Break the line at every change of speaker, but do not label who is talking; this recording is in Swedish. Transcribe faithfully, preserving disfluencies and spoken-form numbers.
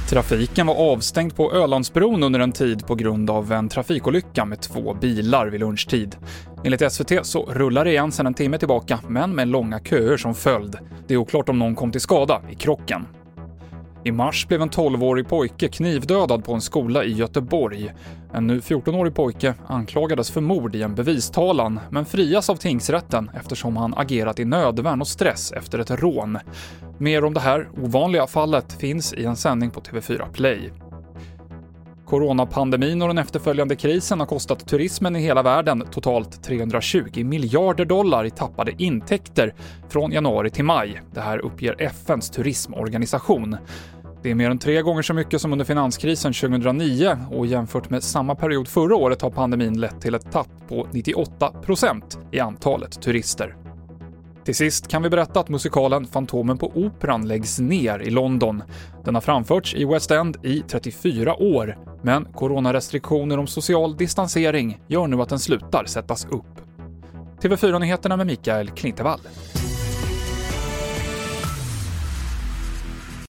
Trafiken var avstängd på Ölandsbron under en tid på grund av en trafikolycka med två bilar vid lunchtid. Enligt S V T så rullar det igen sedan en timme tillbaka, men med långa köer som följd. Det är oklart om någon kom till skada i krocken. I mars blev en tolvårig pojke knivdödad på en skola i Göteborg. En nu fjortonårig pojke anklagades för mord i en bevistalan, men frias av tingsrätten eftersom han agerat i nödvärn och stress efter ett rån. Mer om det här ovanliga fallet finns i en sändning på T V fyra Play. Coronapandemin och den efterföljande krisen har kostat turismen i hela världen totalt trehundratjugo miljarder dollar i tappade intäkter från januari till maj. Det här uppger F N:s turismorganisation. Det är mer än tre gånger så mycket som under finanskrisen tjugohundranio och jämfört med samma period förra året har pandemin lett till ett tapp på nittioåtta procent i antalet turister. Till sist kan vi berätta att musikalen Fantomen på Operan läggs ner i London. Den har framförts i West End i trettiofyra år, men coronarestriktioner om social distansering gör nu att den slutar sättas upp. T V fyra-nyheterna med Mikael Klintevall.